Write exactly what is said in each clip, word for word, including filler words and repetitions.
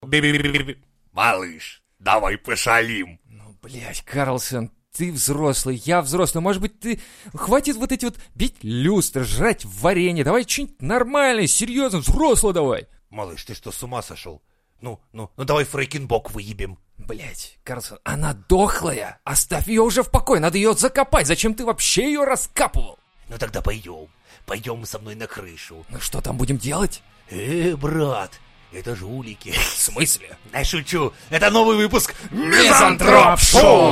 Малыш, давай пошалим. Ну, блядь, Карлсон, ты взрослый, я взрослый. Может быть, ты... Хватит вот эти вот бить люстры, жрать варенье. Давай что-нибудь нормальное, серьезно, взрослое давай. Малыш, ты что, с ума сошел? Ну, ну, ну давай фрейкинбок выебем. Блять, Карлсон, она дохлая. Оставь ее уже в покое, надо ее закопать. Зачем ты вообще ее раскапывал? Ну тогда пойдем. Пойдем со мной на крышу. Ну что там будем делать? Э, брат, это жулики. В смысле? Я шучу. Это новый выпуск Мизантроп Шоу!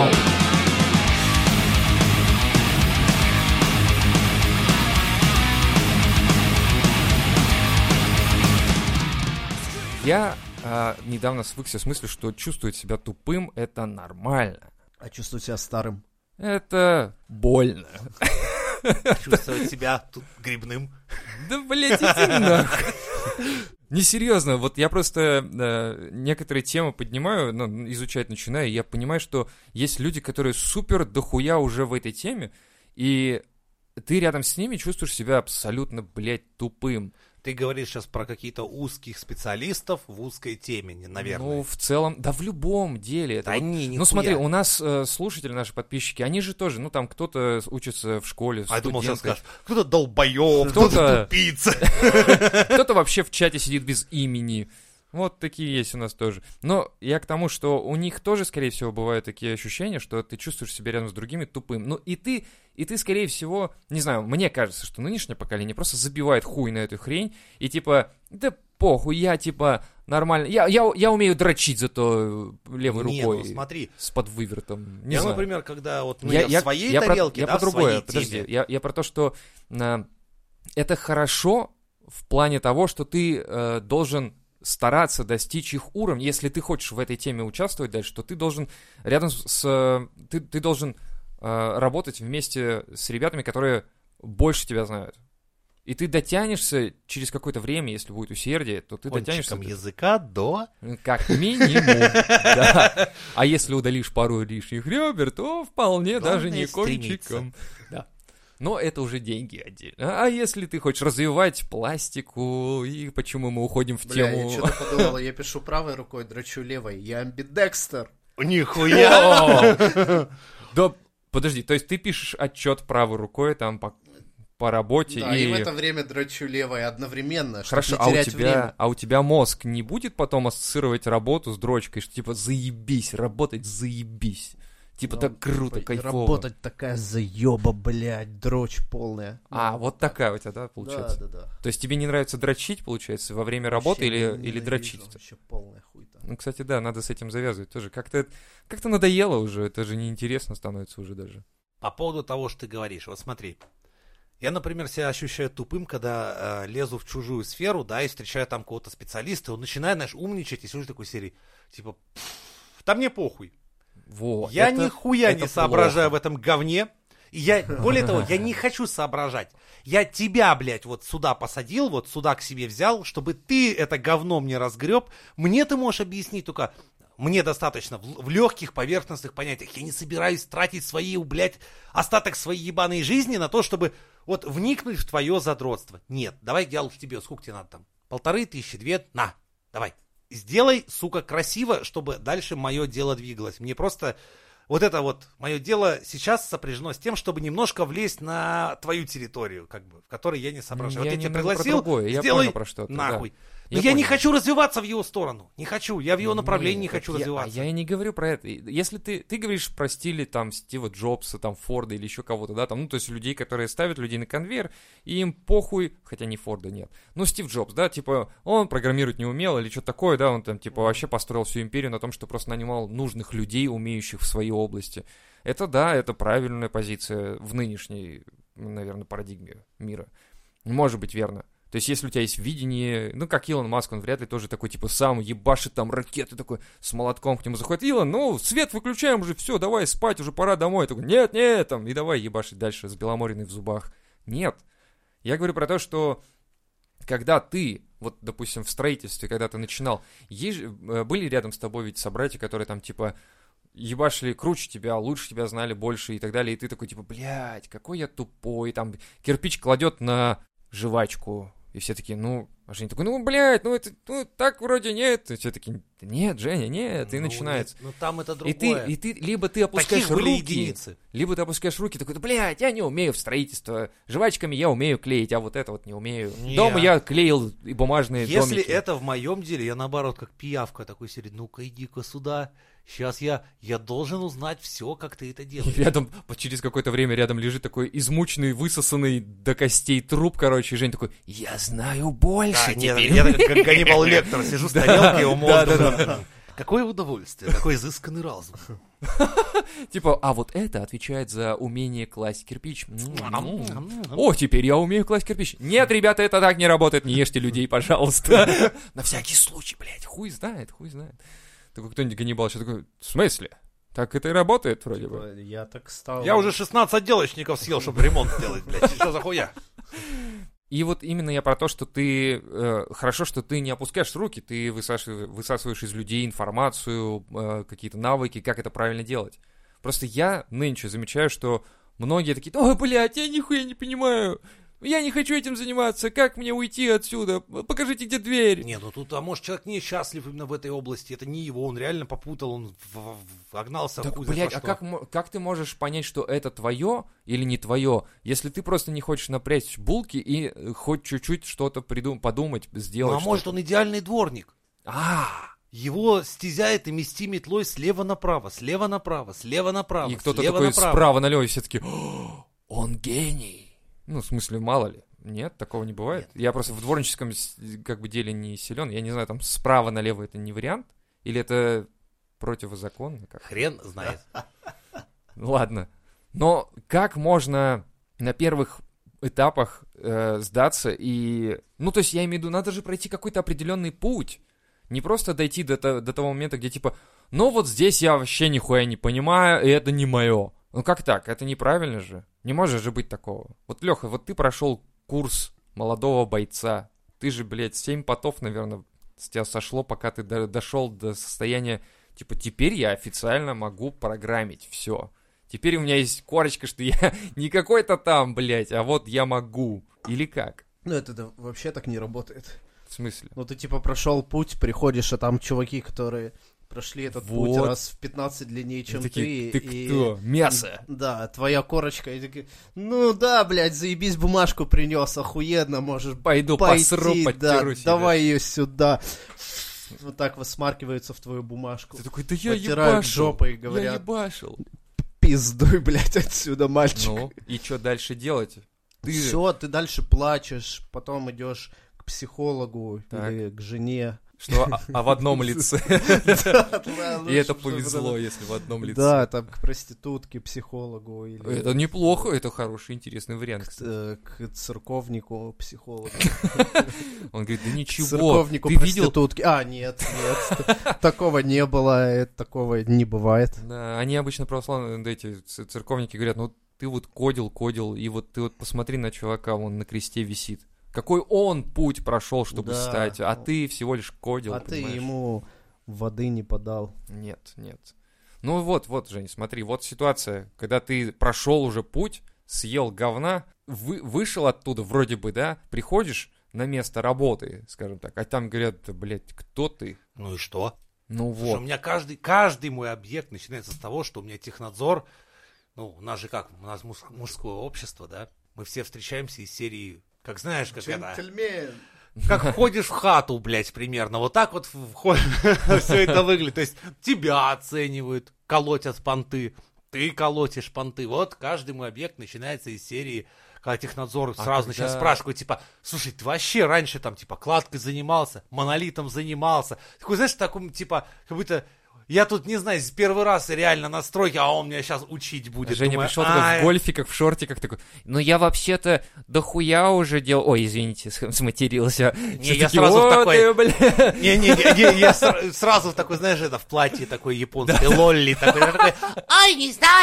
Я а, недавно свыкся с мыслью, что чувствовать себя тупым — это нормально. А чувствовать себя старым? Это больно. Чувствовать себя тут грибным. Да, блядь, иди нахуй. Несерьезно, вот я просто э, некоторые темы поднимаю, ну, изучать начинаю, и я понимаю, что есть люди, которые супер дохуя уже в этой теме, и ты рядом с ними чувствуешь себя абсолютно, блядь, тупым. Ты говоришь сейчас про какие-то узких специалистов в узкой теме, наверное. Ну, в целом, да в любом деле. Это да вот, не, нихуя. Ну, смотри, у нас э, слушатели, наши подписчики, они же тоже, ну, там кто-то учится в школе, А я думал, сейчас студенты. скажешь, кто-то долбоёб, Кто-то- кто-то тупица. Кто-то вообще в чате сидит без имени. Вот такие есть у нас тоже. Но я к тому, что у них тоже, скорее всего, бывают такие ощущения, что ты чувствуешь себя рядом с другими тупым. Ну и ты, и ты, скорее всего, не знаю, мне кажется, что нынешнее поколение просто забивает хуй на эту хрень и типа, да похуй, я типа нормально, я, я, я умею дрочить зато левой Не, рукой ну смотри. с подвывертом. Не Я, знаю. например, когда вот ну, Я, я, я- в своей я про- тарелке, я да, про в другое, своей подожди, теме. я, я про то, что а, это хорошо в плане того, что ты э, должен стараться достичь их уровня. Если ты хочешь в этой теме участвовать дальше, то ты должен рядом с... э, ты, ты должен э, работать вместе с ребятами, которые больше тебя знают. И ты дотянешься через какое-то время, если будет усердие, то ты дотянешься... Кончиком языка до... Как минимум, да. А если удалишь пару лишних ребер, то вполне даже Главное не кончиком. Да. Но это уже деньги отдельно. А если ты хочешь развивать пластику, и почему мы уходим в Бля, тему... я что-то подумал, я пишу правой рукой, дрочу левой. Я амбидекстер. Нихуя! Да, подожди, то есть ты пишешь отчет правой рукой там по, по работе Да, и... и в это время дрочу левой одновременно, чтобы Хорошо, не а у, терять тебя, время. а у тебя мозг не будет потом ассоциировать работу с дрочкой, что типа заебись, работать заебись. Типа Ну, так круто, типа, кайфово. Работать такая заеба, блядь, дрочь полная. А, Ну, вот так. такая у тебя, да, получается? Да, да, да. То есть тебе не нравится дрочить, получается, во время работы Вообще или, ненавижу, или дрочить? Вообще полная хуйта. Ну, кстати, да, надо с этим завязывать тоже. Как-то, как-то надоело уже, это же неинтересно становится уже даже. По поводу того, что ты говоришь, вот смотри. Я, например, себя ощущаю тупым, когда э, лезу в чужую сферу, да, и встречаю там кого-то специалиста, он начинает, знаешь, умничать и слушать такой серии, типа, да мне похуй. Во, Я это- нихуя это не соображаю плохо. в этом говне. И я, более того, я не хочу соображать. Я тебя, блядь, вот сюда посадил, вот сюда к себе взял, чтобы ты это говно мне разгреб. Мне ты можешь объяснить только... Мне достаточно в, в легких поверхностных понятиях. Я не собираюсь тратить свои, блядь, остаток своей ебаной жизни на то, чтобы вот вникнуть в твое задротство. Нет, давай я лучше тебе, сколько тебе надо там? Полторы тысячи, две? На, давай. Сделай, сука, красиво, чтобы дальше мое дело двигалось. Мне просто... Вот это вот мое дело сейчас сопряжено с тем, чтобы немножко влезть на твою территорию, как бы, в которой я не соображаю. Я Вот я тебя немного про пригласил, другое, я сделай понял, про что ты, нахуй. да. Но Я я, не понял. хочу развиваться в его сторону. Не хочу. Я в его направлении не Нет, хочу я- развиваться. А я и не говорю про это. Если ты, ты говоришь про стили там Стива Джобса, там Форда или еще кого-то, да, там, ну, то есть людей, которые ставят людей на конвейер, и им похуй, хотя не Форда, нет. Ну, Стив Джобс, да, типа, он программировать не умел или что-то такое, да, он там, типа, вообще построил всю империю на том, что просто нанимал нужных людей, умеющих в своей области. Это, да, это правильная позиция в нынешней, наверное, парадигме мира. Может быть, верно. То есть, если у тебя есть видение, ну, как Илон Маск, он вряд ли тоже такой, типа, сам ебашит там ракеты, такой, с молотком к нему заходит. Илон, ну, свет выключаем уже, все, давай спать, уже пора домой. Такой, нет, нет, там, и давай ебашить дальше с Беломориной в зубах. Нет. Я говорю про то, что когда ты, вот, допустим, в строительстве, когда ты начинал, есть, же, э, были рядом с тобой ведь собратья, которые там, типа, ебашили круче тебя, лучше тебя знали, больше и так далее, и ты такой, типа, блядь, какой я тупой, там, кирпич кладет на жвачку, и все такие, ну, А Женя такой, ну, блядь, ну, это, ну, так вроде нет. И все такие, нет, Женя, нет, и Ну, начинается. нет, Ну там это И другое. ты, и ты, либо ты опускаешь Таких были руки, единицы. либо ты опускаешь руки, такой, да, блядь, я не умею в строительство, жвачками я умею клеить, а вот это вот не умею. Не. Дома я клеил и бумажные Если домики. это в моем деле, я наоборот, как пиявка такой серии, ну-ка иди-ка сюда, сейчас я, я должен узнать все, как ты это И делаешь. рядом, вот через какое-то время рядом лежит такой измученный, высосанный до костей труп, короче, и Женя такой, я знаю больше Да, нет, теперь. я так, как Ганнибал Лектор, сижу с тарелкой его Да, да, мозгом. да. Какое удовольствие, какой изысканный разум. Типа, а вот это отвечает за умение класть кирпич. М-м-м. О, теперь я умею класть кирпич. Нет, ребята, это так не работает, не ешьте людей, пожалуйста. На всякий случай, блядь, хуй знает, хуй знает. Такой кто-нибудь Ганнибал еще такой, в смысле? Так это и работает вроде бы. Я так стал... Я уже шестнадцать отделочников съел, чтобы ремонт сделать, блядь. Что за хуя? И вот именно я про то, что ты... э, хорошо, что ты не опускаешь руки, ты высасыв- высасываешь из людей информацию, э, какие-то навыки, как это правильно делать. Просто я нынче замечаю, что многие такие, ой, блядь, я нихуя не понимаю, я не хочу этим заниматься, как мне уйти отсюда, покажите, где дверь. Не, ну тут, а может, человек несчастлив именно в этой области, это не его, он реально попутал, он в- в- вогнался Так, хуй знает блядь, во а что. как, мо- как ты можешь понять, что это твое или не твое, если ты просто не хочешь напрячь булки и э, хоть чуть-чуть что-то придум- подумать, сделать? Ну, а может, что-то? он идеальный дворник. А, Его стезяет и мести метлой слева направо, слева направо, слева направо, и кто-то слева такой направо. справа налево, и все таки он гений. Ну, в смысле, мало ли. Нет, такого не бывает. Я просто в дворническом с- как бы деле не силен. Я не знаю, там справа налево это не вариант? Или это противозаконно? Как? Хрен знает. Ну, ладно. Но как можно на первых этапах э, сдаться и... Ну, то есть я имею в виду, надо же пройти какой-то определенный путь. Не просто дойти до, то- до того момента, где типа, ну вот здесь я вообще нихуя не понимаю, и это не мое. Ну как так? Это неправильно же. Не может же быть такого. Вот, Леха, вот ты прошел курс молодого бойца. Ты же, блядь, семь потов, наверное, с тебя сошло, пока ты до- дошел до состояния, типа, теперь я официально могу программить все. Теперь у меня есть корочка, что я не какой-то там, блядь, а вот я могу. Или как? Ну, это да, вообще так не работает. В смысле? Ну, ты типа прошел путь, приходишь, а там чуваки, которые прошли этот Вот. путь раз в пятнадцать длиннее, чем Такие, ты. ты и- кто? Мясо. Да, твоя корочка. И такие, ну да, блядь, заебись, бумажку принес, охуенно, можешь Пойду пойти, посру, да, подтеру себя. давай ее сюда. Вот так высмаркиваются в твою бумажку. Ты такой, да я Потирают ебашил. жопой и Я говорят, ебашил. пиздуй, блядь, отсюда, мальчик. Ну, и что дальше делать? Ты же- Все, ты дальше плачешь, потом идешь к психологу Так. или к жене. Что, а, а в одном лице. И это повезло, если в одном лице. Да, там к проститутке, психологу или Это неплохо, это хороший, интересный вариант. к, кстати. э, к церковнику, психологу. Он говорит, да К ничего, церковнику, ты видел? проститутке. А, нет, нет, такого не было, э, такого не бывает. Да, они обычно православные, да, эти ц- церковники говорят, ну ты вот кодил, кодил, и вот ты вот посмотри на чувака, он на кресте висит. Какой он путь прошел, чтобы Да. стать, а ты всего лишь кодил, А ты понимаешь? ему воды не подал. Нет, нет. Ну вот, вот, Жень, смотри, вот ситуация, когда ты прошел уже путь, съел говна, вы, вышел оттуда вроде бы, да, приходишь на место работы, скажем так, а там говорят, да, блядь, кто ты? Ну и что? Ну Потому что вот. у меня каждый, каждый мой объект начинается с того, что у меня технадзор, ну, у нас же как, у нас муж- мужское общество, да, мы все встречаемся из серии, как знаешь, как это, Джентльмен. как входишь в хату, блядь, примерно, вот так вот все это выглядит, то есть тебя оценивают, колотят понты, ты колотишь понты, вот каждый мой объект начинается из серии, когда технадзор сразу когда- начинает спрашивать, типа, слушай, ты вообще раньше там, типа, кладкой занимался, монолитом занимался, такой, знаешь, таком, типа, как будто я тут, не знаю, с первый раз реально на стройке, а он меня сейчас учить будет. Женя Думаю, пришел такой «Ай». в гольфиках, в шортиках, такой, ну я вообще-то дохуя уже делал... Ой, извините, с- сматерился. Не, Все я такие, сразу в «О, такой- ты, бля». Не-не-не, я сра- сразу в такой, знаешь, это в платье такой японской, лолли такой, я такой, ой, не знаю,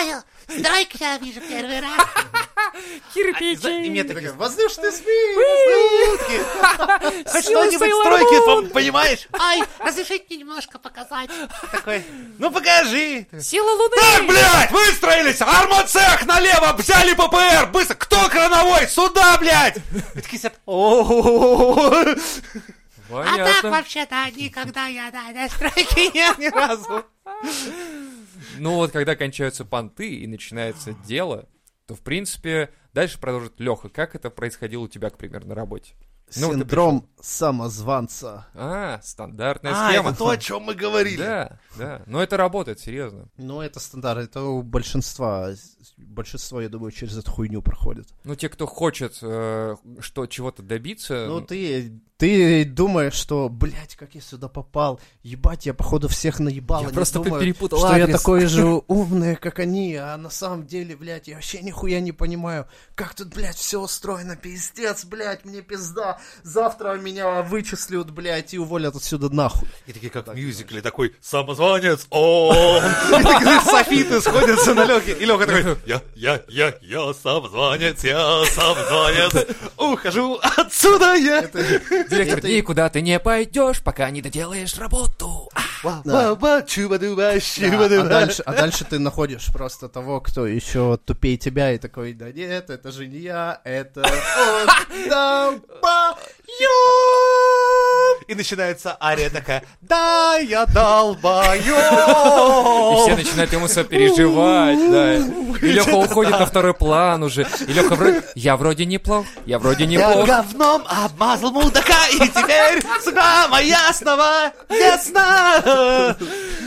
Стройки я вижу первый раз. Кирпичи. И мне такие, Воздушный змей! хоть что-нибудь в стройке, понимаешь? Ай, разрешите мне немножко показать. Такой, ну покажи. Сила Луны. Так, блядь, выстроились, армоцех налево, взяли ППР, быстро, кто крановой, сюда, блядь. И такие сидят, о-о-о. А так вообще-то никогда я на стройке нет ни разу. Ну вот, когда кончаются понты и начинается дело, то, в принципе, дальше продолжит Леха. Как это происходило у тебя, к примеру, на работе? Ну, вот ты Синдром самозванца. А, стандартная А, схема. это то, о чем мы говорили. Да, да. Но это работает, серьезно. Ну, это стандарт, это у большинства. Большинство, я думаю, через эту хуйню проходит. Ну, те, кто хочет э, что, чего-то добиться... Ну, ты, ты думаешь, что, блядь, как я сюда попал, ебать, я, походу, всех наебал. Я Они просто думают, перепутал что адрес. я такой же умный, как они, а на самом деле, блядь, я вообще нихуя не понимаю, как тут, блядь, все устроено, пиздец, блядь, мне пизда, завтра меня вычислят, блядь, и уволят отсюда нахуй. И такие, как в мюзикле, такой, самозванец, о И такие софиты сходятся на Лёхе. И Лёха такой, я, я, я, я самозванец, я самозванец, ухожу отсюда я. Директор, это- никуда ты не пойдешь, пока не доделаешь работу. Ва-ва-ва, чуба-дуба, Да, а, щуба-дуба. дальше, а дальше ты находишь просто того, кто еще тупее тебя, и такой, да нет, это же не я, это он, долбоёб. И начинается ария такая, да, я долбоёб. И все начинают ему сопереживать, да. И Леха уходит на второй план уже. И Леха вроде... Я вроде неплох, я вроде Я неплох. говном обмазал мудака, и теперь судьба моя снова ясна.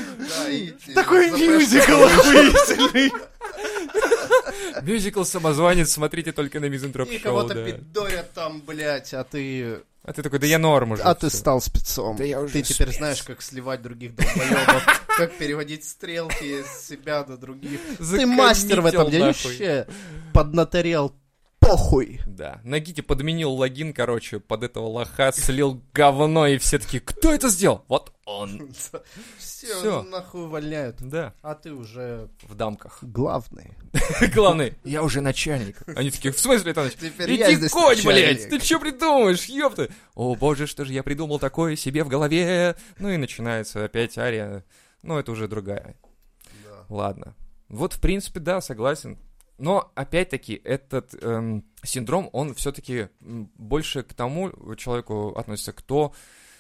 Такой мюзикл охуительный. Мюзикл «Самозванец», смотрите только на Мизантроп И Шоу, кого-то да. пидорят там, блядь, а ты... А ты такой, да я норм уже. А ты всё. стал спецом. Да я уже ты теперь спец. знаешь, как сливать других долбоебов, как переводить стрелки с себя на других. Ты Закоммитил мастер в этом деле, нахуй. вообще поднаторел, похуй. Да, на Гите подменил логин, короче, под этого лоха, слил говно, и все таки кто это сделал? Вот он. Все, Всё. нахуй увольняют. Да, А ты уже в дамках. главный. Главный, я уже начальник. Они такие, в смысле это начальник? Теперь я Иди здесь конь, начальник. блядь, ты что придумаешь, ёпта? О боже, что же я придумал такое себе в голове? Ну и начинается опять ария. Ну это уже другая. Да. Ладно. Вот в принципе, да, согласен. Но, опять-таки, этот эм, синдром, он все-таки больше к тому человеку относится, кто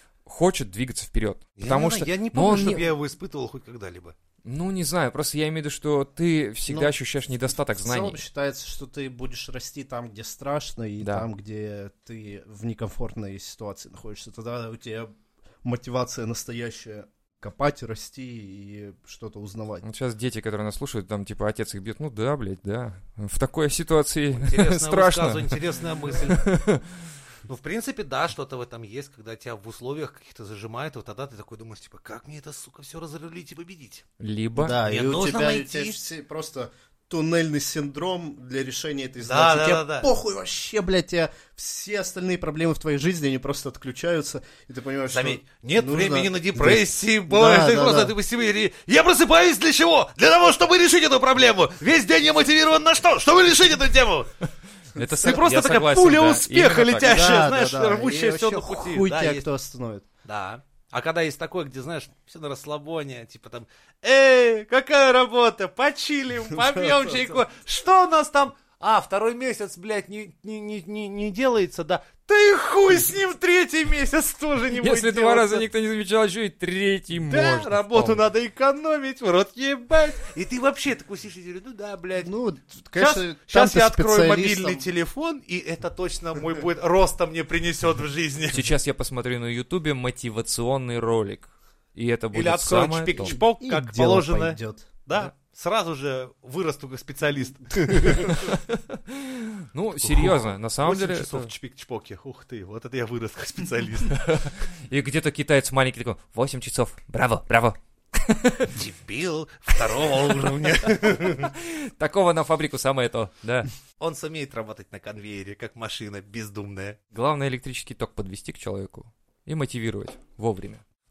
хочет двигаться вперед. Потому я, что... я не но помню, он чтобы не- я его испытывал хоть когда-либо. Ну, не знаю, просто я имею в виду, что ты всегда Ну, ощущаешь недостаток В знаний. целом считается, что ты будешь расти там, где страшно, и Да. там, где ты в некомфортной ситуации находишься. Тогда у тебя мотивация настоящая копать, расти и что-то узнавать. Вот сейчас дети, которые нас слушают, там, типа, отец их бьет. Ну да, блядь, да. В такой ситуации Интересное страшно. высказывание, интересная мысль. Ну, в принципе, да, что-то в этом есть, когда тебя в условиях каких-то зажимает, вот тогда ты такой думаешь, типа, как мне это, сука, все разрулить и победить? Либо... Да, Мне и у нужно тебя, у найти- тебя все просто туннельный синдром для решения этой Да, задачи. да, Тебе да, да. похуй вообще, блядь, тебя все остальные проблемы в твоей жизни, они просто отключаются, и ты понимаешь, Заметь, что нет нужно- времени на депрессии, Да, боже, ты да, просто, да. ты по себе... Я просыпаюсь для чего? Для того, чтобы решить эту проблему. Весь день я мотивирован на что? Чтобы решить эту тему. Это Ты просто я такая согласен, пуля да, успеха именно так. летящая, Да, знаешь, да, да. рвущая И все на вообще пути. хуй Да, тебя есть. кто остановит. Да. А когда есть такое, где, знаешь, все на расслабоне, типа там, эй, какая работа, почилим, попьем чайку, что у нас там? А, второй месяц, блядь, не, не, не, не, не делается, да? Да и хуй с ним, третий месяц тоже не будет Если два раза делаться. никто не замечал, еще и третий Да, можно. работу вполне. надо экономить, в рот ебать. И ты вообще такой сидишь и говоришь, ну да, блядь. Ну, Сейчас, конечно, сейчас там-то я открою специалистам- мобильный телефон, и это точно мой будет роста мне принесет в жизни. Сейчас я посмотрю на Ютубе мотивационный ролик. И это будет Или открою самое то. чпик-чпок, И как дело положено. пойдет. Да, сразу же вырасту как специалист. Ну, серьезно, на самом восемь деле... часов это- в чпик-чпоке. Ух ты, вот это я вырос как специалист. И где-то китаец маленький такой, восемь часов, браво, браво. Дебил второго уровня. Такого на фабрику самое то, да. Он сумеет работать на конвейере, как машина бездумная. Главное электрический ток подвести к человеку и мотивировать вовремя.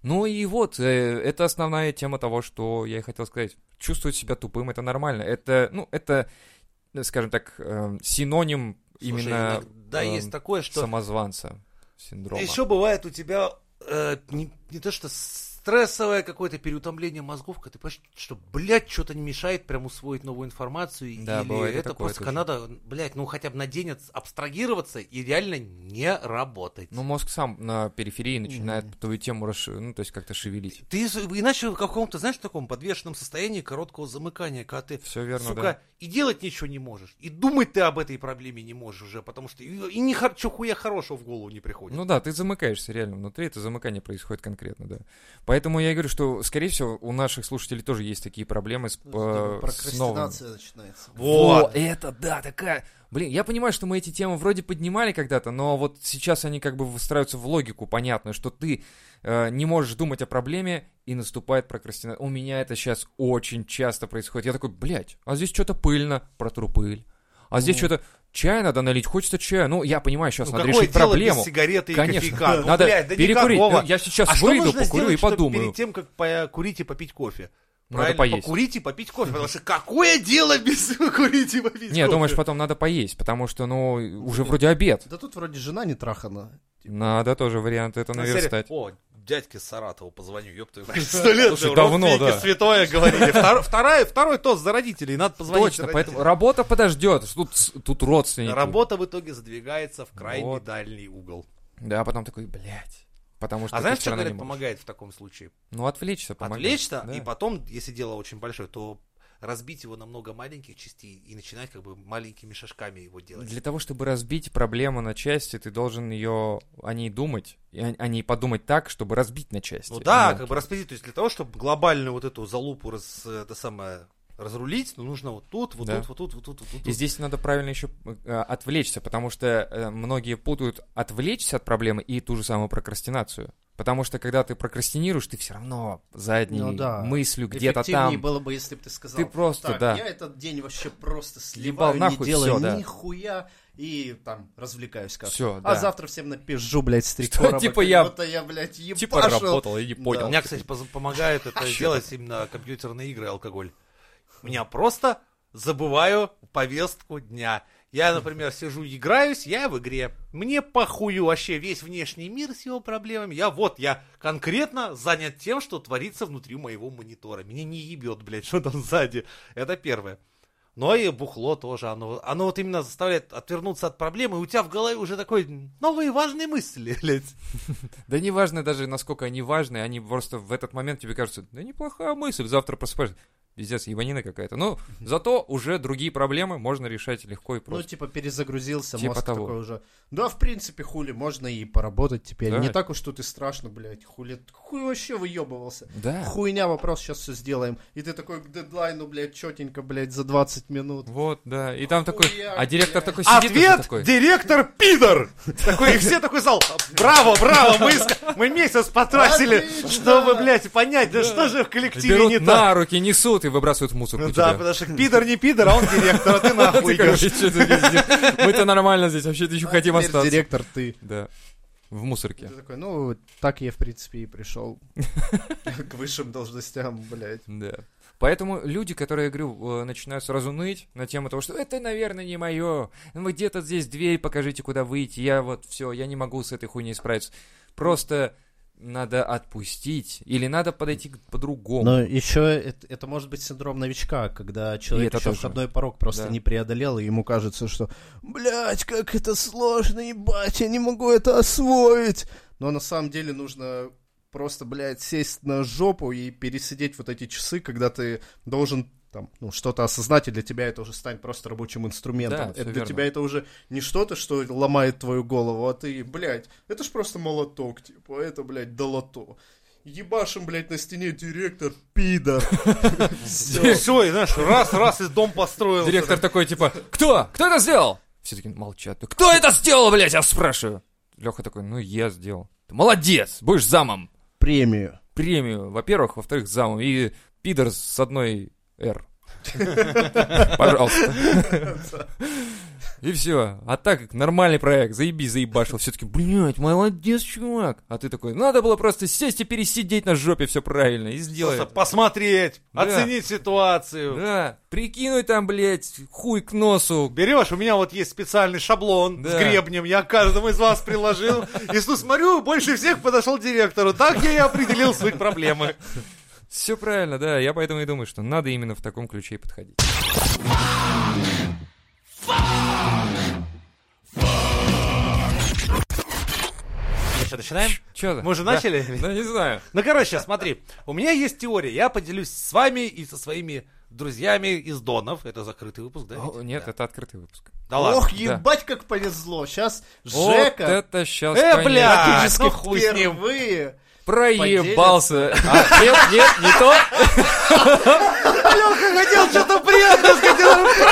Ну и вот, э, это основная тема того, что я и хотел сказать. Чувствовать себя тупым — это нормально. Это, ну, это, скажем так, э, синоним Слушай, именно иногда э, есть такое, что самозванца синдрома. еще бывает у тебя э, не, не то что стрессовое какое-то переутомление мозгов, когда ты понимаешь, что, блядь, что-то не мешает прям усвоить новую информацию. Да, или бывает и это такое просто тоже. надо, блядь, ну хотя бы на день от- абстрагироваться и реально не работать. Ну, мозг сам на периферии начинает твою тему расши- ну, то есть как-то шевелить. Ты с- иначе в каком-то, знаешь, таком подвешенном состоянии короткого замыкания, когда ты, Все верно, сука, да. и делать ничего не можешь, и думать ты об этой проблеме не можешь уже, потому что и, и ни хор- чё хуя хорошего в голову не приходит. Ну да, ты замыкаешься реально внутри, это замыкание происходит конкретно, да. Поэтому я и говорю, что, скорее всего, у наших слушателей тоже есть такие проблемы с, э, с новым. Прокрастинация начинается. Вот. Во, это, да, такая... Блин, я понимаю, что мы эти темы вроде поднимали когда-то, но вот сейчас они как бы выстраиваются в логику понятную, что ты э, не можешь думать о проблеме, и наступает прокрастинация. У меня это сейчас очень часто происходит. Я такой, блядь, а здесь что-то пыльно, протру пыль. А здесь Ну. что-то чай надо налить, хочется чая. Ну, я понимаю, сейчас Ну, надо какое решить дело проблему. без сигареты и Конечно. кофейка? Ну, Надо блядь, да перекурить. никакого. Ну, я сейчас А что выйду, нужно покурю сделать, и чтобы подумаю. перед тем, как покурить и попить кофе? Надо Правильно, поесть. покурить и попить кофе, потому что какое дело без курить и попить Не, кофе? думаешь, потом надо поесть, потому что, ну, уже вроде обед. Да тут вроде жена не трахана. Надо тоже вариант это На серии, наверстать. О, дядьке с Саратова позвоню, ёпта. Сто лет Слушай, уже давно, родственники да. святое говорили. Втор- Вторая, второй тост за родителей, надо позвонить. Точно, родителям. поэтому работа подождет. Тут, тут родственники. Работа в итоге задвигается в крайний Вот. дальний угол. Да, потом такой, блядь. Потому что А ты знаешь, всё что, равно говорят, не можешь. помогает в таком случае? Ну, отвлечься помогает. Отвлечься, Да. и потом, если дело очень большое, то разбить его на много маленьких частей и начинать как бы маленькими шажками его делать. Для того, чтобы разбить проблему на части, ты должен ее о ней думать, и о, о ней подумать так, чтобы разбить на части. Ну да, Мелкие. как бы распределить. То есть для того, чтобы глобальную вот эту залупу раз, это самое, разрулить, ну нужно вот тут, вот Да. тут, вот тут, вот тут, вот тут. И здесь надо правильно еще э, отвлечься, потому что э, многие путают отвлечься от проблемы и ту же самую прокрастинацию. Потому что когда ты прокрастинируешь, ты все равно задней Ну да. мыслью где-то Эффективнее там. было бы, если бы ты сказал. Ты просто, так, да. я этот день вообще просто Ебал сливаю, нахуй не делаю всё, да. нихуя и там развлекаюсь как-то. Всё, А да. завтра всем напизжу, блядь, с три Что, короба, типа, как я- будто я, блядь, ебашил. Типа работал, я не понял. Да. У меня, кстати, поз- помогает это делать именно компьютерные игры и алкоголь. У меня просто забываю повестку дня. Я, например, сижу, играюсь, я в игре. Мне похую вообще весь внешний мир с его проблемами. Я вот, я конкретно занят тем, что творится внутри моего монитора. Меня не ебет, блядь, что там сзади. Это первое. Но и бухло тоже, оно, оно вот именно заставляет отвернуться от проблемы, и у тебя в голове уже такой новые важные мысли, блядь. Да неважно даже, насколько они важны, они просто в этот момент тебе кажутся, да неплохая мысль, завтра просыпаешься, пиздец, ебанина какая-то. Но зато уже другие проблемы можно решать легко и Ну, просто. типа, перезагрузился, Типа мозг того. такой уже. Да, в принципе, хули, можно и поработать теперь. Да. Не так уж тут и страшно, блядь. Хули, хуй вообще выебывался. Да. Хуйня, вопрос, сейчас все сделаем. И ты такой к дедлайну, блядь, четенько, блядь, за двадцать минут. Вот, да. И там такой, Хуя, а директор блядь. такой сидит уже Ответ, такой. директор пидор! Такой, и все такой зал, браво, браво, мы, ска- мы месяц потратили, Отлично! чтобы, блядь, понять, да что же в коллективе Берут не так. на руки, несут и выбрасывают в мусорку Ну да, тебя. потому что пидор не пидор, а он директор, а ты нахуй Ты как, идешь. «Что ты здесь делаешь? Мы-то нормально здесь, вообще-то еще А хотим теперь остаться. директор ты. Да. В мусорке. Ты такой, ну, так я, в принципе, и пришел к высшим должностям, блядь. Да. Поэтому люди, которые, я говорю, э, начинают сразу ныть на тему того, что это, наверное, не мое. Вы где-то здесь дверь покажите, куда выйти. Я вот все, я не могу с этой хуйней справиться. Просто надо отпустить или надо подойти к- по-другому. Но еще это, это может быть синдром новичка, когда человек это еще тоже. входной порог просто Да. не преодолел, и ему кажется, что, блядь, как это сложно, ебать, я не могу это освоить. Но на самом деле нужно просто, блядь, сесть на жопу и пересидеть вот эти часы, когда ты должен там, ну, что-то осознать, и для тебя это уже станет просто рабочим инструментом. Да, всё это для верно. тебя это уже не что-то, что ломает твою голову, а ты, блядь, это ж просто молоток, типа, это, блядь, долото. Ебашим, блядь, на стене директор, пидор. Всё. Все, и знаешь, раз, раз, и дом построил. Директор такой, типа, кто? Кто это сделал? Все таки молчат. Кто это сделал, блядь, я спрашиваю. Леха такой, ну я сделал. Ты молодец, будешь замом. Премию. Премию, во-первых, во-вторых, замом. И пидор с одной «Р». Пожалуйста. И все. А так, нормальный проект, заебись, заебашил. Все таки, блядь, молодец, чувак. А ты такой, надо было просто сесть и пересидеть на жопе все правильно и сделать. Просто посмотреть, Да. оценить ситуацию. Да, прикинуть там, блядь, хуй к носу. Берешь, у меня вот есть специальный шаблон Да. с гребнем, я каждому из вас приложил. И тут смотрю, больше всех подошел директору. Так я и определил суть проблемы. Все правильно, да. Я поэтому и думаю, что надо именно в таком ключе и подходить. Ну что, начинаем? Че? Мы уже начали? Да, не знаю. Ну, короче, смотри, у меня есть теория, я поделюсь с вами и со своими друзьями из Донов. Это закрытый выпуск, да? О, нет, Да. это открытый выпуск. Да ладно. Ох, ебать, как повезло. Сейчас Вот Жека это сейчас, Э, бля! практически ну хуй с ним. впервые. проебался. А, нет, нет, не то. Лёха хотел что-то приятное сказать,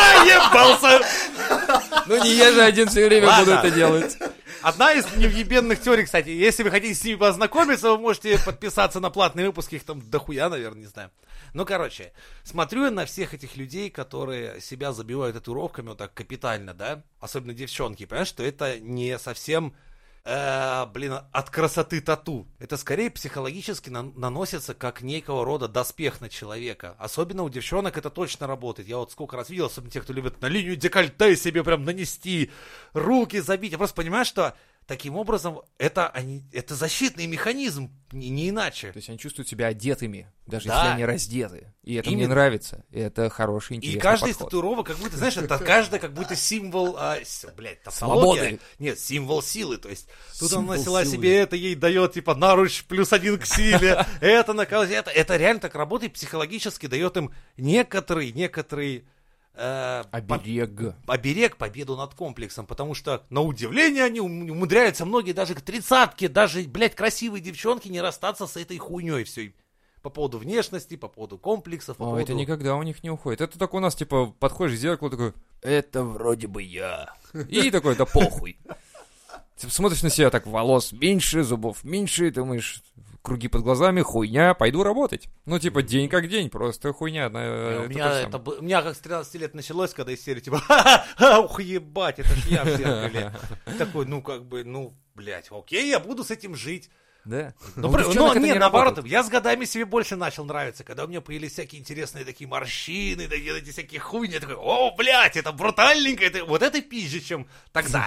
он проебался. Ну не я же один все время Ладно. буду это делать. Одна из невъебенных теорий, кстати, если вы хотите с ними познакомиться, вы можете подписаться на платные выпуски, их там дохуя, наверное, не знаю. Ну, короче, смотрю я на всех этих людей, которые себя забивают татуировками вот так капитально, да, особенно девчонки, понимаешь, что это не совсем, э, блин, от красоты тату. Это скорее психологически на- наносится как некого рода доспех на человека. Особенно у девчонок это точно работает. Я вот сколько раз видел, особенно те, кто любит на линию декольте себе прям нанести, руки забить. Я просто понимаю, что таким образом это, они, это защитный механизм, не, не иначе. То есть они чувствуют себя одетыми, даже Да. если они раздеты. И это мне Именно. нравится. И это хороший, И интересный каждый из подход. татуировок, как будто, знаешь, это каждый как будто символ, а, с- блядь, Свободы. тавтология. Нет, символ силы, то есть тут Символ она носила силы. себе это, ей дает, типа, наруч плюс один к силе, это на кого- это, это реально так работает, психологически дает им некоторый, некоторый э, под- Оберег. оберег, победу над комплексом, потому что, на удивление, они ум- умудряются многие даже к тридцатке, даже, блядь, красивые девчонки не расстаться с этой хуйней все. По поводу внешности, по поводу комплексов, по А, поводу... это никогда у них не уходит. Это только у нас, типа, подходишь к зеркалу, такой, это вроде бы я. И такой, да похуй. Типа, смотришь на себя так, волос меньше, зубов меньше, думаешь, круги под глазами, хуйня, пойду работать. Ну, типа, день как день, просто хуйня. одна, Не, это у, то меня же это, самое. бы- у меня как с тринадцати лет началось, когда из серии типа, ха-ха-ха, ух, ебать, это ж я в зеркале. Такой, ну, как бы, ну, блядь, окей, я буду с этим жить. Да. Ну, у про- девчонок но это нет, не наоборот, работает. я с годами себе больше начал нравиться, когда у меня появились всякие интересные такие морщины, такие, эти всякие хуйни, я такой, о, блядь, это брутальненько, это, вот это пизже, чем тогда.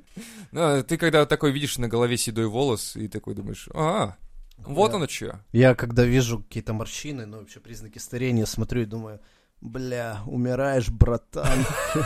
Ну, ты когда такой видишь на голове седой волос, и такой думаешь, а, вот Да. оно что. Я когда вижу какие-то морщины, ну вообще признаки старения, смотрю и думаю, бля, умираешь, братан.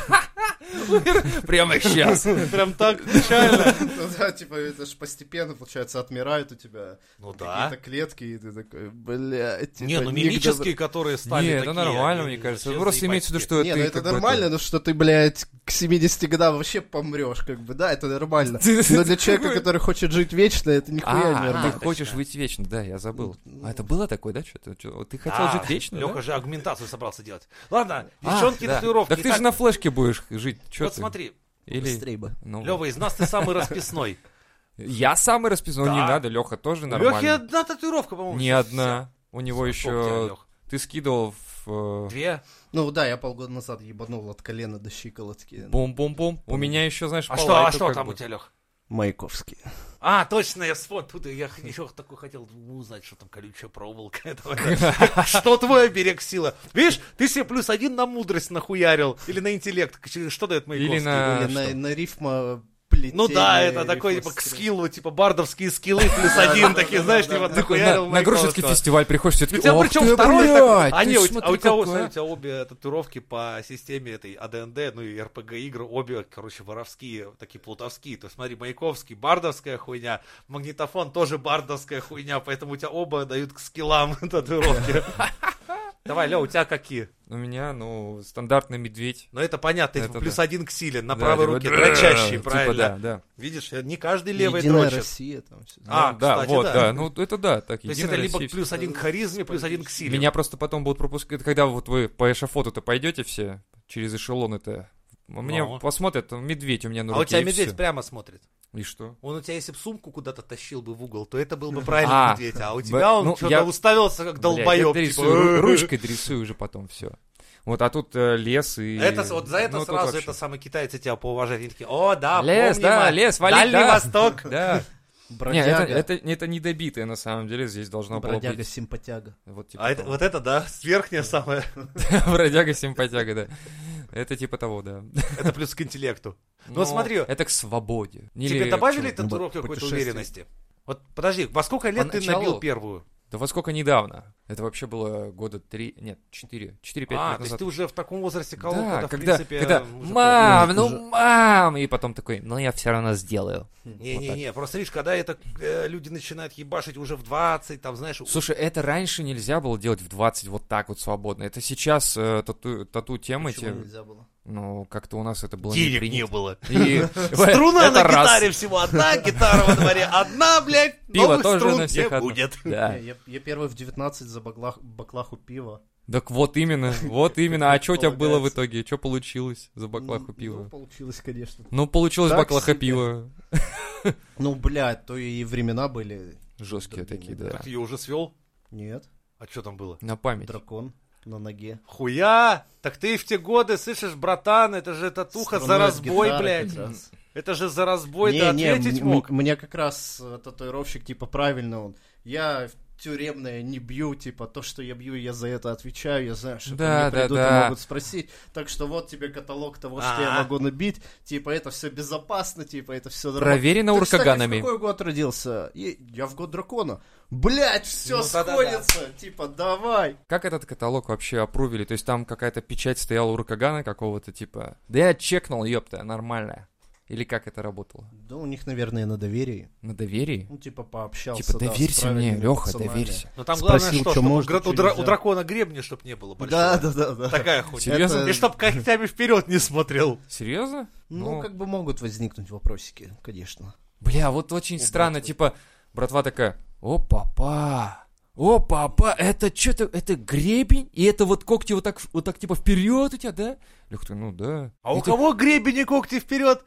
Прямо сейчас. Прям так печально. Ну да, типа это ж постепенно, получается, отмирают у тебя Ну да. какие-то клетки, и ты такой, блядь. Не, ну мимические, которые стали Не, это такие, нормально, они мне кажется. вообще Просто имеется в виду, заебательские. что Не, ты ну это как бы нормально, но что ты, блядь, к семидесяти годам вообще помрешь, как бы, да, это нормально. Ты- Но для ты человека, такой- который хочет жить вечно, это нихуя не А, ты нормально. хочешь точно. быть вечно, да, я забыл. Ну, А это было такое, да, что-то? Чё, Ты хотел А, жить вечно, Лёха да? же агментацию собрался делать. Ладно, А, девчонки, да. татуировки. Так ты Итак, же на флешке будешь жить, чё вот ты? смотри, Или... Быстрей бы. Ну, Лёва, из нас ты самый расписной. Я самый расписной, Да. не надо, Леха тоже У нормально. Лёхи одна татуировка, по-моему. Не всё. одна. У него Сколько у тебя, еще... Лёх? Ты скидывал в... э, Две? Ну да, я полгода назад ебанул от колена до щиколотки. Бум-бум-бум. У меня еще, знаешь, А по что, а лайту что как там бы. у тебя, Лёх? Маяковский. А, точно, я вспомнил. Тут я еще такой хотел узнать, что там колючая проволока. этого. Что твой оберег сила? Видишь, ты себе плюс один на мудрость нахуярил. Или на интеллект. Что дает Маяковский? Или на- Или что? на, на рифма плетение. Ну да, это такой, типа, к скиллу, типа, бардовские скиллы плюс один, такие, знаешь, типа, Такой нахуярил на, на Грушинский Маяковского. фестиваль приходишь, все таки У тебя ох причем ты, второй блядь, такой- А ты не, у, смотри, а у тебя, какой, смотри, а. у тебя обе татуировки по системе этой АДНД, ну и РПГ игры, обе, короче, воровские, такие плутовские. То есть, смотри, Маяковский, бардовская хуйня, магнитофон тоже бардовская хуйня, поэтому у тебя оба дают к скиллам татуировки. Давай, Лё, у тебя какие? У меня, ну, стандартный медведь. Ну это понятно, Это это плюс да. один к силе, на Да, правой типа, руке да, дрочащий, типа, правильно? да, да. Видишь, не каждый левый Единая дрочит. Россия там все. А, Ну, да, кстати, вот, да. да. Ну, это да, так, То есть Единая это либо Россия, плюс один к харизме, плюс один к силе. Меня просто потом будут пропускать. Это когда вот вы по эшафоту-то пойдете все через эшелон это. Мне Ну. посмотрят, медведь у меня на А у руке. тебя и медведь всё. прямо смотрит. И что? Он у тебя, если бы сумку куда-то тащил бы в угол, то это был бы правильный А, медведь. А у б- тебя он ну, что-то я- уставился как Блядь, я долбоеб. дорисую, типа, ру- ручкой дорисую уже потом все. Вот, а тут э, лес и... Это, вот за это ну, тут сразу вообще. это самые китайцы тебя поуважают. Они такие, о, да, Лес, помним, да, а, лес, вали, Дальний да. Восток. Да. Не, Бродяга. это, это, это недобитое, на самом деле, здесь должно было Бродяга, быть. симпатяга. Вот, типа А это, того. вот это, да, верхняя самая. Бродяга, симпатяга, да. Это типа того, да. Это плюс к интеллекту. Ну, Но смотри. Это к свободе. Тебе Или добавили к чему? татуировки какой-то путешествие. уверенности? Вот подожди, во сколько лет ты Поначалу- набил первую? Да во сколько недавно? Это вообще было года три, нет, четыре, четыре-пять А, лет то есть назад. ты уже в таком возрасте кого Да, когда, в когда, принципе, когда, уже мам, ну уже- мам, и потом такой, ну я все равно сделаю. Не-не-не, просто видишь, когда это э, люди начинают ебашить уже в двадцать, там, знаешь... Слушай, это раньше нельзя было делать в двадцать вот так вот свободно. Это сейчас э, тату, тату темы, Почему те- нельзя было? ну как-то у нас это было денег не не принято. было. И Струна это на раз. гитаре всего одна, гитара во дворе одна, блядь, Пиво новых тоже струн на всех не одно. будет. Да. Не, Я, я первый в девятнадцать за баклах- баклаху пива. Так вот именно, вот именно. А что у тебя было в Полагается. итоге? Что получилось за баклаху Ну, пива? Ну, получилось, конечно. Ну, получилось так баклаха себе. пива. Ну, блядь, то и времена были. Жесткие Другими, такие, да. да. Ты ее уже свел? Нет, А что там было? На память. дракон на ноге. Хуя! Так ты в те годы, слышишь, братан, это же татуха за Струной с разбой, гитарой блядь. как раз. Это же за разбой Не, ты не, ответить м- мог. м- Мне как раз э, татуировщик, типа, правильно он. Я тюремное не бью, типа, то, что я бью, я за это отвечаю, я знаю, что ко Да, мне да, придут да. и могут спросить. Так что вот тебе каталог того, что я А. могу набить. Типа, это все безопасно, типа, это все нормально. Проверено Ты, кстати, уркаганами. в какой год родился? И- Я в год дракона. Блять, все Ну, да-да-да. сходится. Типа, давай. Как этот каталог вообще опрувили? То есть там какая-то печать стояла у Рукагана какого-то, типа, да я чекнул, ёпта, нормальная. Или как это работало? Да у них, наверное, на доверии. На доверии? Ну, типа, пообщался. Типа, да, с доверься мне, правильными Леха, пацанами. доверься. Но там Спросил, главное, что, что чтобы можно, у, гра- что у дра- нельзя. у дракона гребня, чтобы не было большого. Да, да, да, да. Серьезно? Такая хуйня. Это- И чтоб когтями вперед не смотрел. Серьезно? Ну, как бы могут возникнуть вопросики, конечно. Бля, вот очень У странно, братвы. типа, братва такая, о, папа, о, папа, это что-то, это гребень, и это вот когти вот так, вот так типа вперед у тебя, да? Леха, ну да. А у И ты, кого гребень и когти вперед?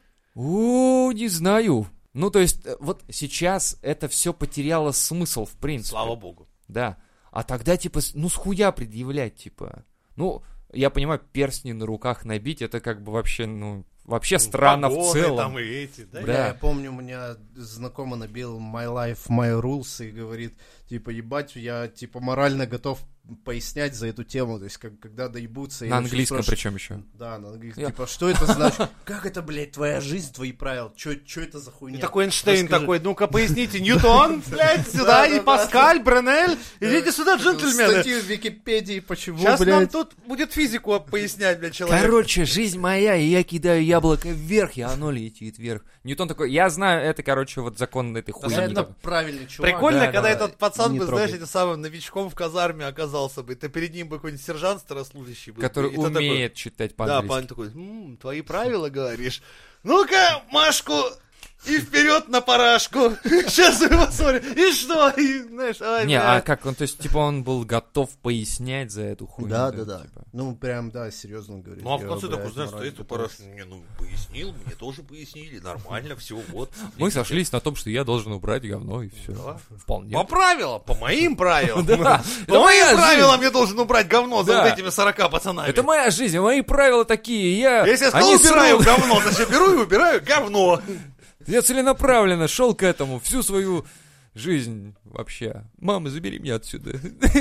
О, не знаю. Ну, то есть, э, вот сейчас это все потеряло смысл, в принципе. Слава богу. Да. А тогда, типа, с- ну, схуя предъявлять, типа. Ну, я понимаю, перстни на руках набить, это как бы вообще, ну, вообще странно в Погоны целом. там и эти, да? Да. Бля, я помню, у меня знакомый набил My Life, My Rules и говорит, типа, ебать, я, типа, морально готов пояснять за эту тему, то есть, как, когда доебутся... я На начну английском спрашивать- причем еще. Да, на английском. Я- Типа, что это значит? Как это, блядь, твоя жизнь, твои правила? Что это за И хуйня? такой Эйнштейн Расскажи. такой, ну-ка поясните, Ньютон, блядь, сюда, и Да-да-да. Паскаль, Бренель, идите сюда, джентльмены. Статью в Википедии, почему, Сейчас нам блядь? тут будет физику пояснять, блядь, человек. Короче, жизнь моя, и я кидаю яблоко вверх, и оно летит вверх. Ньютон такой, я знаю, это, короче, вот закон этой Да, хуйни. это правильный чувак. Прикольно, да, когда да, этот пацан не бы, знаешь, трогай. этим самым новичком в казарме оказался бы. Ты перед ним бы какой-нибудь сержант старослужащий был. Который И ты такой, умеет читать Да, по-английски. парень такой, «М, твои правила, говоришь? Ну-ка, Машку и вперед на парашку. Сейчас мы посмотрим. И что? И, знаешь, ай, Не, бля. а как он, то есть, типа, он был готов пояснять за эту хуйню. Да, да, да. типа. Ну, прям, да, серьезно говорю. Ну, а в Я, конце такой, блядь, знаешь, морально стоит у готов. парашки. Не, ну, пояснил, мне тоже пояснили, нормально, все, вот. Мы сошлись на том, что я должен убрать говно, и все. Да. Вполне. По правилам, по моим правилам. Да, По это моя моим правилам жизнь. я должен убрать говно за Да. вот этими сорока пацанами. Это моя жизнь, мои правила такие, я... Если я сказал, они убираю срут. говно, значит, беру и убираю говно. Я целенаправленно шел к этому всю свою жизнь вообще. Мама, забери меня отсюда.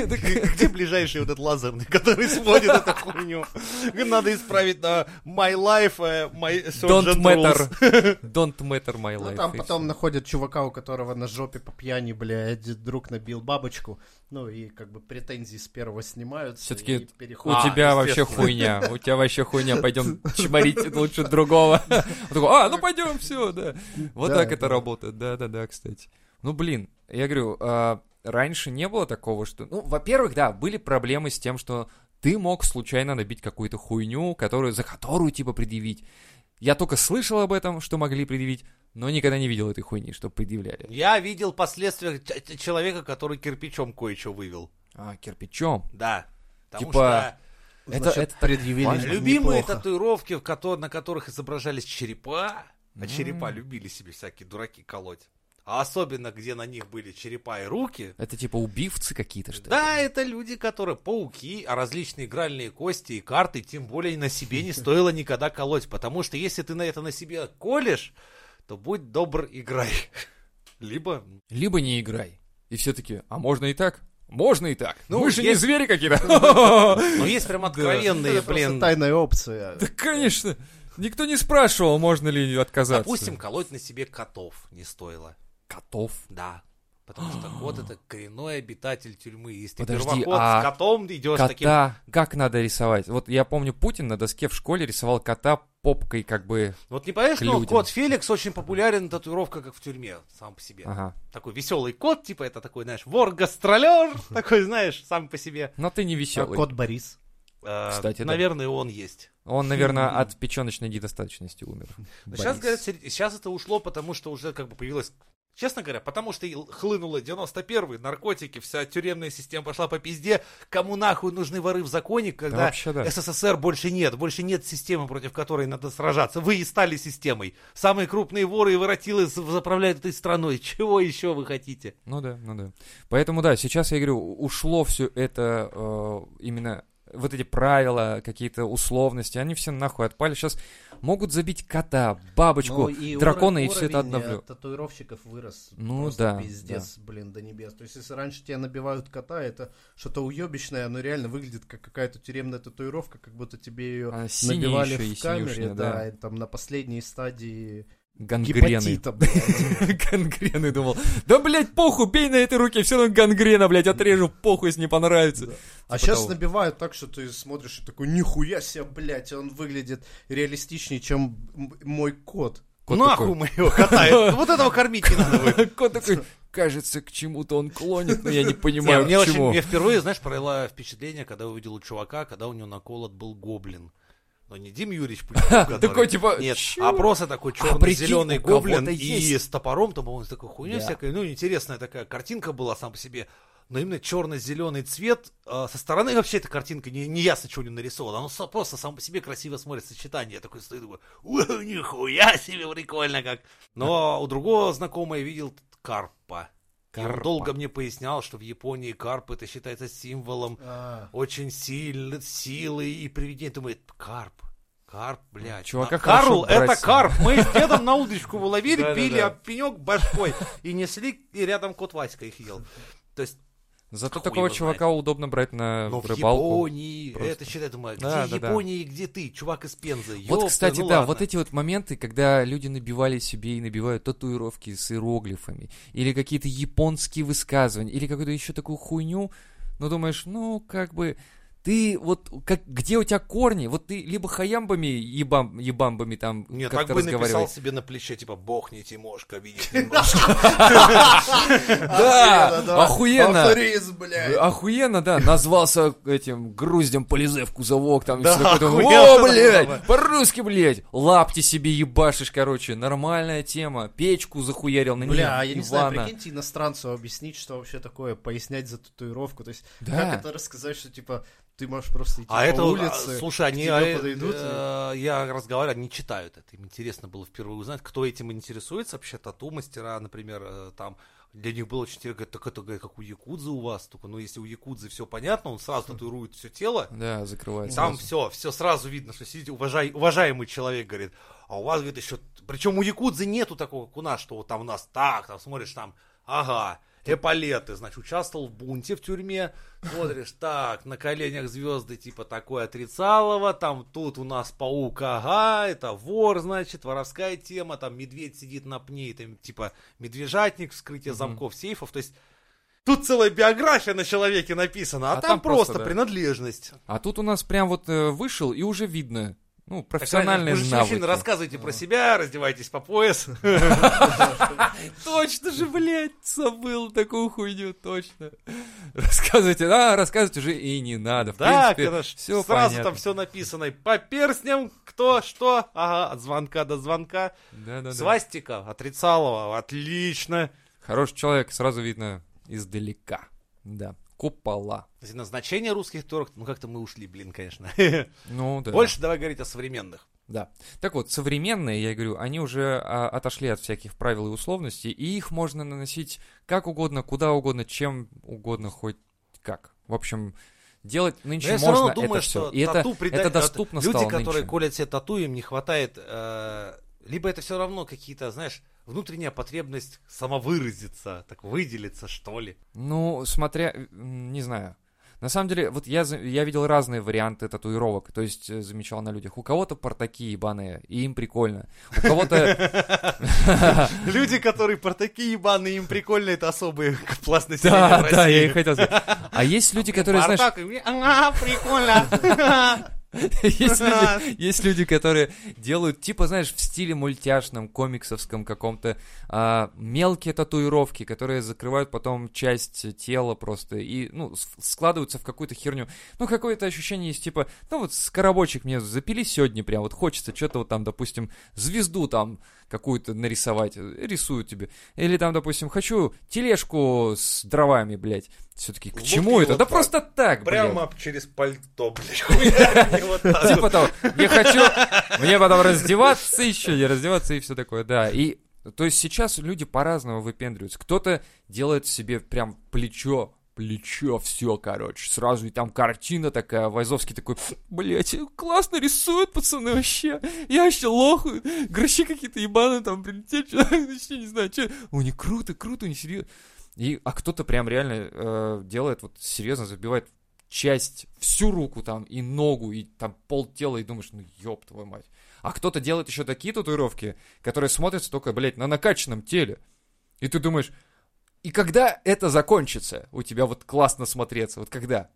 Где ближайший вот этот лазерный, который сводит эту хуйню? Надо исправить на My Life, э, My Don't Sergeant matter. Rules. Don't matter my life. Ну, там и потом всё. находят чувака, у которого на жопе по пьяни, блядь, друг набил бабочку. Ну, и как бы претензии с первого снимаются. Всё-таки и У переходят. А, тебя вообще естественно. хуйня. У тебя вообще хуйня. Пойдем чморить лучше другого. Он такой, а, ну пойдем, все, да. Вот Да, так это да. работает. Да, да, да, кстати. Ну, блин, я говорю, а, раньше не было такого, что... Ну, во-первых, да, были проблемы с тем, что ты мог случайно набить какую-то хуйню, которую, за которую, типа, предъявить. Я только слышал об этом, что могли предъявить, но никогда не видел этой хуйни, что предъявляли. Я видел последствия ч- ч- человека, который кирпичом кое-что вывел. А, кирпичом. Да. Потому Типа, что Это, Значит, это так предъявили важно. любимые неплохо. татуировки, в ко- на которых изображались черепа, а М. черепа любили себе всякие дураки колоть. а особенно где на них были черепа и руки. Это типа убивцы какие-то, что ли? Да, это люди, которые пауки, а различные игральные кости и карты, тем более на себе не стоило никогда колоть, потому что если ты на это на себе колешь, то будь добр, играй. Либо... Либо не играй. И все-таки, а можно и так? Можно и так. Ну, Мы же есть- не звери какие-то. Но есть прям откровенные, Это просто блин... тайная опция. Да, конечно. Никто не спрашивал, можно ли отказаться. Допустим, колоть на себе котов не стоило. Котов. Да. Потому что кот это коренной обитатель тюрьмы. Если ты Подожди, первоход а с котом идешь таким... Кота как надо рисовать? Вот я помню, Путин на доске в школе рисовал кота попкой как бы... Вот не понимаешь, к но людям. кот Феликс очень популярен, татуировка как в тюрьме, сам по себе. Ага. Такой веселый кот, типа это такой, знаешь, вор-гастролер, такой, знаешь, сам по себе. Но ты не А веселый. кот Борис. Э, Кстати, да. наверное, он есть. Он, наверное, от печеночной недостаточности умер. Но сейчас, Борис. говорят, сер- сейчас это ушло, потому что уже как бы появилось... Честно говоря, потому что и хлынуло девяносто первый, наркотики, вся тюремная система пошла по пизде. Кому нахуй нужны воры в законе, когда вообще да. СССР больше нет, больше нет системы, против которой надо сражаться. Вы и стали системой. Самые крупные воры и воротилы з- заправляют этой страной. Чего еще вы хотите? Ну да, ну да. Поэтому да, сейчас я говорю, ушло все это э, именно вот эти правила, какие-то условности, они все нахуй отпали. Сейчас могут забить кота, бабочку, Ну, и дракона, уро- и все это уровень, обновлю. э, татуировщиков вырос. Ну, просто да, пиздец, блин, до небес. То есть, если раньше тебе набивают кота, это что-то уебищное, оно реально выглядит как какая-то тюремная татуировка, как будто тебе ее А, синяя набивали еще и в камере, синюшная, да, да. и там на последней стадии Гангрены. гепатита, блядь. Гангрены, думал. Да, блядь, похуй, бей на этой руке, все равно гангрена, блядь, отрежу, похуй, если не понравится. Да. А Типа сейчас того. набивают так, что ты смотришь и такой, нихуя себе, блядь, он выглядит реалистичнее, чем м- мой кот. Кот нахуй такой. моего кота. Вот этого кормить не надо. вы. Кот такой, кажется, к чему-то он клонит, но я не Не, понимаю, мне, к очень, чему. мне впервые, знаешь, провела впечатление, когда увидел у чувака, когда у него наколот был гоблин. Но не Дим Юрьевич Пульков, который- Такой, типа, Нет, чё? а просто такой прикинь, черно-зеленый у кого-то гоблин и есть. с топором, там, по-моему, такой хуйня Да. всякая. Ну, интересная такая картинка была сам по себе. Но именно черно-зеленый цвет, э, со стороны вообще эта картинка, не, не ясно, что у него нарисовано. Оно со- просто сам по себе красиво смотрится, сочетание. Я такой стою, думаю, «Ух, нихуя себе, прикольно как. Но у другого знакомого я видел карпа. И он Карпа. долго мне пояснял, что в Японии карп это считается символом А, очень сильной силы и привидения. Думаю, карп. Карп, блядь. Чувака На- хорошо Карл, это брать. карп. Мы с дедом на удочку его ловили, Да-да-да. пили об пенек башкой и несли, и рядом кот Васька их ел. То есть, Зато Хуй такого его чувака удобно брать на но в рыбалку. Японии, просто. это считай, думаю, где Да, да, да. Япония и где ты, чувак из Пензы? Вот, Ёпта, кстати, ну да, ладно. вот эти вот моменты, когда люди набивали себе и набивают татуировки с иероглифами, или какие-то японские высказывания, или какую-то еще такую хуйню, ну, думаешь, ну, как бы, ты вот, как, где у тебя корни? Вот ты либо хаямбами, ебам, ебамбами там Нет, как-то так бы написал разговариваешь. себе на плече, типа, бог не Тимошка, видит немножко. Да, охуенно. Авторизм, блядь. Охуенно, да, назвался этим груздем, полезай в кузовок, там, Да, всё такое, думаю, охуенно, о, блядь, да. по-русски, блядь, лапти себе ебашишь, короче, нормальная тема, печку захуярил на ней, Бля, а я не знаю, Ивана. прикиньте иностранцу объяснить, что вообще такое, пояснять за татуировку. То есть, Да. как это рассказать, что, типа, ты можешь просто идти А по это, вот, улице, а, слушай, они, тебе а, подойдут, э, я разговаривал, они читают это, им интересно было впервые узнать, кто этим интересуется вообще, тату-мастера, например, э, там, для них было очень интересно, говорят, так это говорят, как у якудзы у вас, только, ну, если у якудзы все понятно, он сразу татуирует все тело, Да, закрывается. там все, все сразу видно, что сидите, уважай, уважаемый человек, говорит, а у вас, говорит, еще, причем у якудзы нету такого, как у нас, что вот там у нас так, там смотришь, там, ага, эполеты, значит, участвовал в бунте в тюрьме, смотришь, так, на коленях звезды, типа, такое отрицалово, там, тут у нас паук, ага, это вор, значит, воровская тема, там, медведь сидит на пне, там, типа, медвежатник, вскрытие замков, сейфов, то есть, тут целая биография на человеке написана, а, А там, там просто, просто, да. принадлежность. А тут у нас прям вот э, вышел, и уже видно, ну, профессиональные Мужчины, навыки. рассказывайте про себя, раздевайтесь по пояс. Точно же, блядь, забыл такую хуйню, точно. Рассказывайте, а, рассказывать уже и не надо. В Да, принципе, когда ж все сразу понятно. там все написано. И по перстням кто, что, ага, от звонка до звонка. Да-да-да. Свастика, отрицалова, отлично. Хороший человек, сразу видно издалека. Да. Купола. Назначение русских турок, ну как-то мы ушли, блин, конечно. Ну, да. Больше давай говорить о современных. Да. Так вот, современные, я говорю, они уже а, отошли от всяких правил и условностей, и их можно наносить как угодно, куда угодно, чем угодно, хоть как. В общем, делать нынче Но можно я думаю, это все. что И это, тату прида- это доступно Люди, стало которые нынче. колят себе тату, им не хватает... э, либо это все равно какие-то, знаешь, внутренняя потребность самовыразиться, так выделиться, что ли. Ну, смотря, м, не знаю. На самом деле, вот я, за- я видел разные варианты татуировок, то есть э, замечал на людях. У кого-то портаки ебаные, и им прикольно. У кого-то... Люди, которые портаки ебаные, им прикольно, это особый пласт населения в Да, России. да, я и хотел сказать. А есть люди, которые, знаешь... Портак, и мне, ага, прикольно. Есть люди, есть люди, которые делают, типа, знаешь, в стиле мультяшном, комиксовском каком-то, а, мелкие татуировки, которые закрывают потом часть тела просто и, ну, с- складываются в какую-то херню. Ну, какое-то ощущение есть, типа, ну, вот скоробочек мне запили сегодня прям, вот хочется что-то вот там, допустим, звезду там какую-то нарисовать, рисуют тебе. Или там, допустим, хочу тележку с дровами, блядь. Все-таки к Вот чему и это? вот Да так. просто так, блядь. Прямо через пальто, блядь. хуя, вот так. Типа того, я хочу, мне потом раздеваться еще, не раздеваться и все такое, да. И, то есть сейчас люди по-разному выпендриваются. Кто-то делает себе прям плечо, плечо, все, короче, сразу, и там картина такая, Вайзовский такой, блять, классно рисуют, пацаны, вообще, я вообще лоху, гроши какие-то ебаные там прилетели, вообще не знаю, что, у них круто, круто, не серьезно. И, а кто-то прям реально э, делает, вот серьезно забивает часть, всю руку там, и ногу, и там пол тела, и думаешь, ну ёб твою мать. А кто-то делает еще такие татуировки, которые смотрятся только, блядь, на накачанном теле. И ты думаешь, и когда это закончится, у тебя вот классно смотреться, вот когда?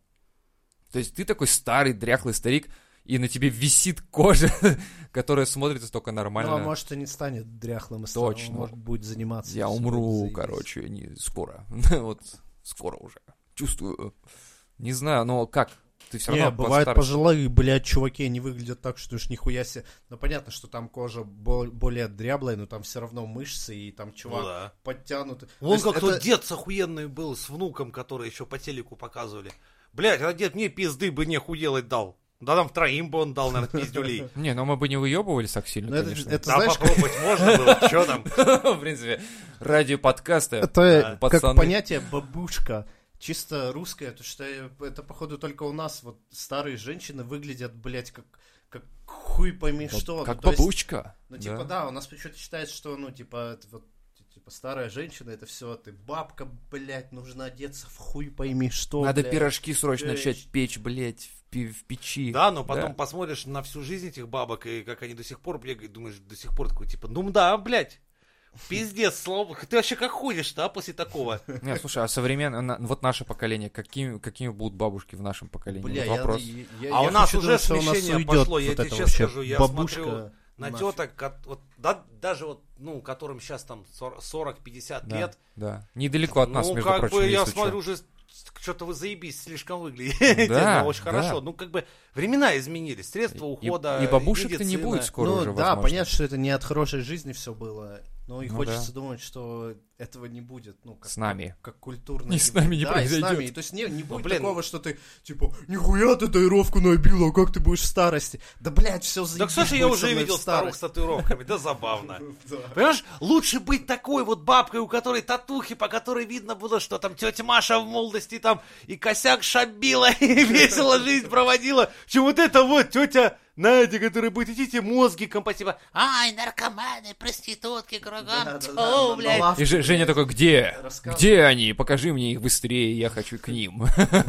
То есть ты такой старый, дряхлый старик, и на тебе висит кожа, которая смотрится только нормально. Ну, а может, и не станет дряхлым и Точно. старым, может, будет заниматься. Я всё умру, будет заебись. короче, не скоро. Вот скоро уже. Чувствую. Не знаю, но как? Ты все Не, равно бывают постар- пожилые, блядь, чуваки, они выглядят так, что уж нихуя себе. Ну, понятно, что там кожа бол- более дряблая, но там все равно мышцы, и там чувак Ну да. подтянутый. То Вон есть как это- тот дед с охуенный был, с внуком, который еще по телеку показывали. Блядь, а дед мне пизды бы не худелать дал. Да нам троим бы он дал, наверное, пиздюлей. Не, ну мы бы не выебывались так сильно, Ну, это, конечно. это, Да знаешь, попробовать можно было, что там? В принципе, ради подкаста. это как пацаны. понятие бабушка. Чисто русское, то что это, походу, только у нас вот старые женщины выглядят, блядь, как, как хуй пойми что. Как Ну, то есть, бабучка. ну, типа, да, у нас почему-то считается, что, ну, типа, это вот, типа, старая женщина, это все, ты бабка, блядь, нужно одеться в хуй пойми что, Надо блядь. пирожки срочно Э, начать печь, блядь, в, пи- в печи. Да, но потом посмотришь на всю жизнь этих бабок, и как они до сих пор бегают, думаешь, до сих пор такой, типа, ну да, блядь, пиздец, слово, ты вообще как ходишь, да, после такого? Не, слушай, а современное, вот наше поколение, какими, какими будут бабушки в нашем поколении? Бля, Вот я, вопрос. я- я- А я у нас хочу уже думать, что у нас смещение уйдет пошло, я вот тебе это честно вообще скажу, я бабушка смотрю на нафиг. теток, ко- вот, да, даже вот, ну, которым сейчас там сорок-пятьдесят Да, лет, да. Недалеко от нас, ну, между как прочим, бы, я если смотрю, чё. уже что-то вы заебись, слишком выглядите, Да, очень да. хорошо, ну, как бы, времена изменились, средства И- ухода, и бабушек-то не медицина. будет скоро Ну уже, да, возможно. понятно, что это не от хорошей жизни все было. Но и Ну хочется да. думать, что этого не будет. Ну, как, С нами. Как, как культурно. Не с нами не да, и с произойдет. нами. То есть не, не будет блин. такого, что ты, типа, нихуя ты татуировку набила, а как ты будешь в старости? Да, блядь, все заебись. Так, слушай, я будет уже со мной видел в старух старости. с татуировками, да забавно. Да. Понимаешь, лучше быть такой вот бабкой, у которой татухи, по которой видно было, что там тетя Маша в молодости там и косяк шабила, и весело жизнь проводила, чем вот это вот тетя Надя, которая будет идите мозги компатиба. Ай, наркоманы, проститутки кругом. Да, да, Тьфу, да, на блядь. лавке, И Же- Женя блядь, такой, где? рассказывает. Где они? Покажи мне их быстрее, я хочу к ним.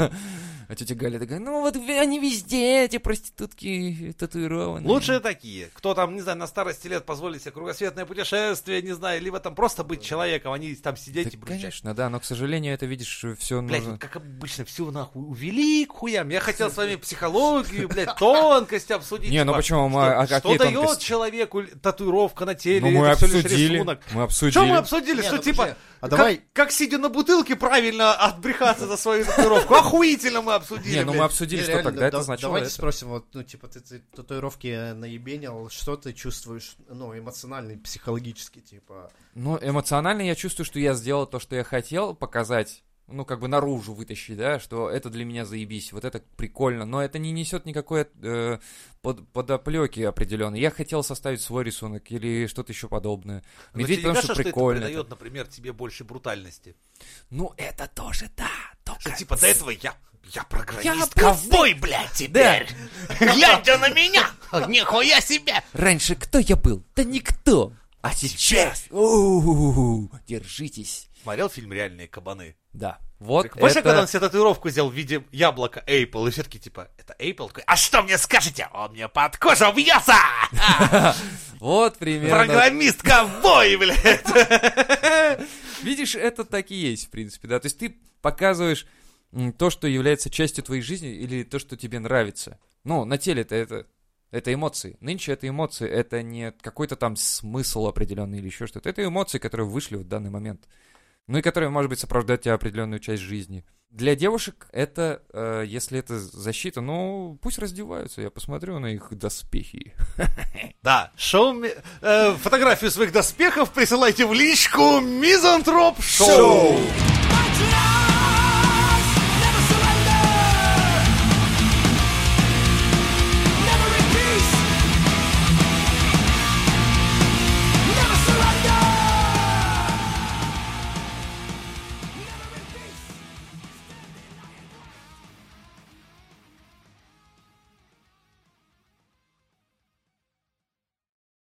А тетя Галя такая, ну вот они везде, эти проститутки татуированные. Лучшие такие, кто там, не знаю, на старости лет позволит себе кругосветное путешествие, не знаю, либо там просто быть человеком, они там сидеть Да, и брючать. конечно, да, но, к сожалению, это, видишь, все Блядь, нужно... вот как обычно, все нахуй увели к хуям. Я хотел с вами психологию, блядь, тонкости обсудить. Не, ну типа, почему, мы- что, а какие что дает тонкости? человеку татуировка на теле, Ну, мы это всё лишь обсудили, рисунок. мы обсудили. Что мы обсудили? Не, что ну, типа, подожди, а как, давай- как сидя на бутылке правильно отбрехаться за свою татуировку. Охуительно мы обсудили, Не, ну мы блядь. обсудили, Не, что реально, тогда это да- значило Давайте это. спросим, вот, ну, типа, ты, ты татуировки наебенил, что ты чувствуешь, ну, эмоционально и психологически, типа... Ну, эмоционально я чувствую, что я сделал то, что я хотел показать ну, как бы наружу вытащить, да, что это для меня заебись, вот это прикольно, но это не несет никакой э, под, подоплеки определенной. Я хотел составить свой рисунок или что-то еще подобное. Но Медведь, тебе не потому кажется, что что прикольно. это придает, это. например, тебе больше брутальности? Ну, это тоже, да, только... Что, типа, до этого я... Я программист, Я ковбой, блядь, теперь! Гляньте на меня! Нихуя себе! Раньше кто я был? Да никто! А сейчас... У-у-у-у, держитесь. Смотрел фильм «Реальные кабаны»? Да. Вот Больше, это... когда он себе татуировку сделал в виде яблока Apple, и все таки типа, это Apple? Такой, а что мне скажете? Он мне под кожу бьется! Вот примерно. Программист-ковбой, блядь! Видишь, это так и есть, в принципе, да. То есть ты показываешь м, то, что является частью твоей жизни, или то, что тебе нравится. Ну, на теле-то это... Это эмоции. Нынче это эмоции, это не какой-то там смысл определенный или еще что-то. Это эмоции, которые вышли в данный момент. Ну и которые, может быть, сопровождают тебя определенную часть жизни. Для девушек это, э, если это защита, ну, пусть раздеваются. Я посмотрю на их доспехи. Да, шоу, э, фотографию своих доспехов присылайте в личку Мизантроп Шоу.